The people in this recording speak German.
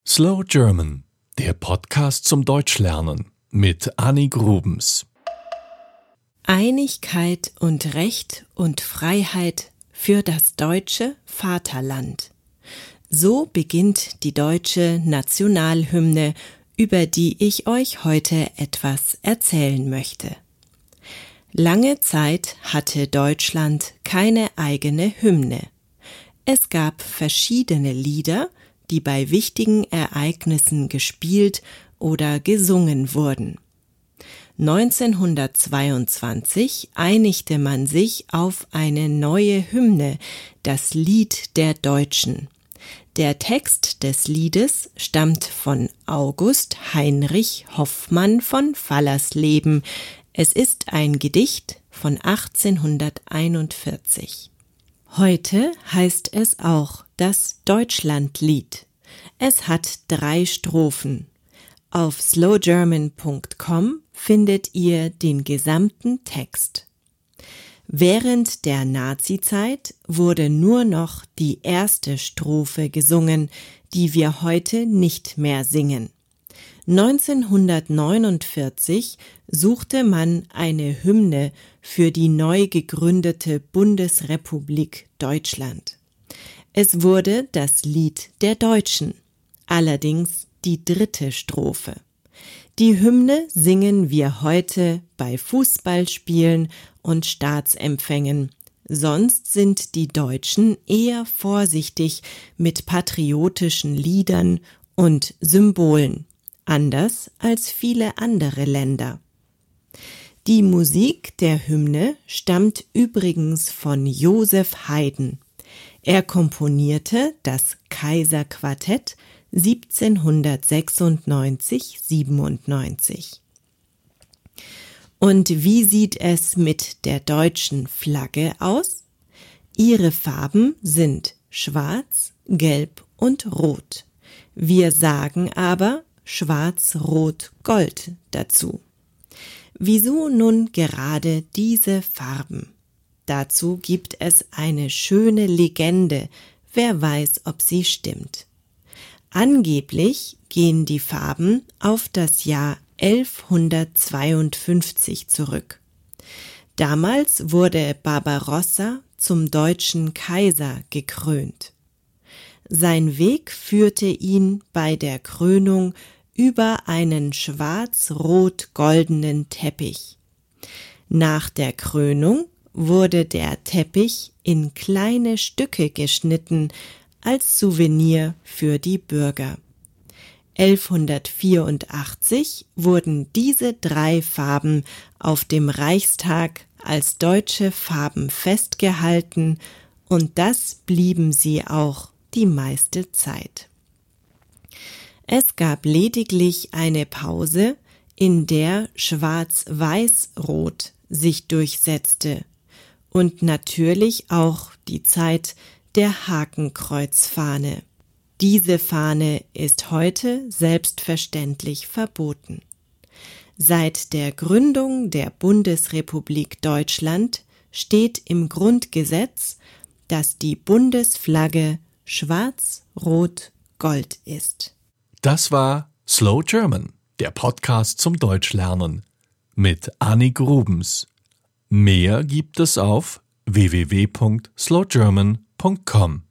Slow German, der Podcast zum Deutschlernen mit Anni Grubens. Einigkeit und Recht und Freiheit für das deutsche Vaterland. So beginnt die deutsche Nationalhymne, über die ich euch heute etwas erzählen möchte. Lange Zeit hatte Deutschland keine eigene Hymne. Es gab verschiedene Lieder, die bei wichtigen Ereignissen gespielt oder gesungen wurden. 1922 einigte man sich auf eine neue Hymne, das Lied der Deutschen. Der Text des Liedes stammt von August Heinrich Hoffmann von Fallersleben. Es ist ein Gedicht von 1841. Heute heißt es auch das Deutschlandlied. Es hat 3 Strophen. Auf slowgerman.com findet ihr den gesamten Text. Während der Nazizeit wurde nur noch die erste Strophe gesungen, die wir heute nicht mehr singen. 1949 suchte man eine Hymne für die neu gegründete Bundesrepublik Deutschland. Es wurde das Lied der Deutschen, allerdings die 3. Strophe. Die Hymne singen wir heute bei Fußballspielen und Staatsempfängen. Sonst sind die Deutschen eher vorsichtig mit patriotischen Liedern und Symbolen, anders als viele andere Länder. Die Musik der Hymne stammt übrigens von Joseph Haydn. Er komponierte das Kaiserquartett 1796-97. Und wie sieht es mit der deutschen Flagge aus? Ihre Farben sind schwarz, gelb und rot. Wir sagen aber schwarz, rot, gold dazu. Wieso nun gerade diese Farben? Dazu gibt es eine schöne Legende, wer weiß, ob sie stimmt. Angeblich gehen die Farben auf das Jahr 1152 zurück. Damals wurde Barbarossa zum deutschen Kaiser gekrönt. Sein Weg führte ihn bei der Krönung über einen schwarz-rot-goldenen Teppich. Nach der Krönung wurde der Teppich in kleine Stücke geschnitten als Souvenir für die Bürger. 1184 wurden diese 3 Farben auf dem Reichstag als deutsche Farben festgehalten und das blieben sie auch die meiste Zeit. Es gab lediglich eine Pause, in der Schwarz-Weiß-Rot sich durchsetzte und natürlich auch die Zeit der Hakenkreuzfahne. Diese Fahne ist heute selbstverständlich verboten. Seit der Gründung der Bundesrepublik Deutschland steht im Grundgesetz, dass die Bundesflagge schwarz-rot-gold ist. Das war Slow German, der Podcast zum Deutschlernen mit Anni Grubens. Mehr gibt es auf www.slowgerman.com.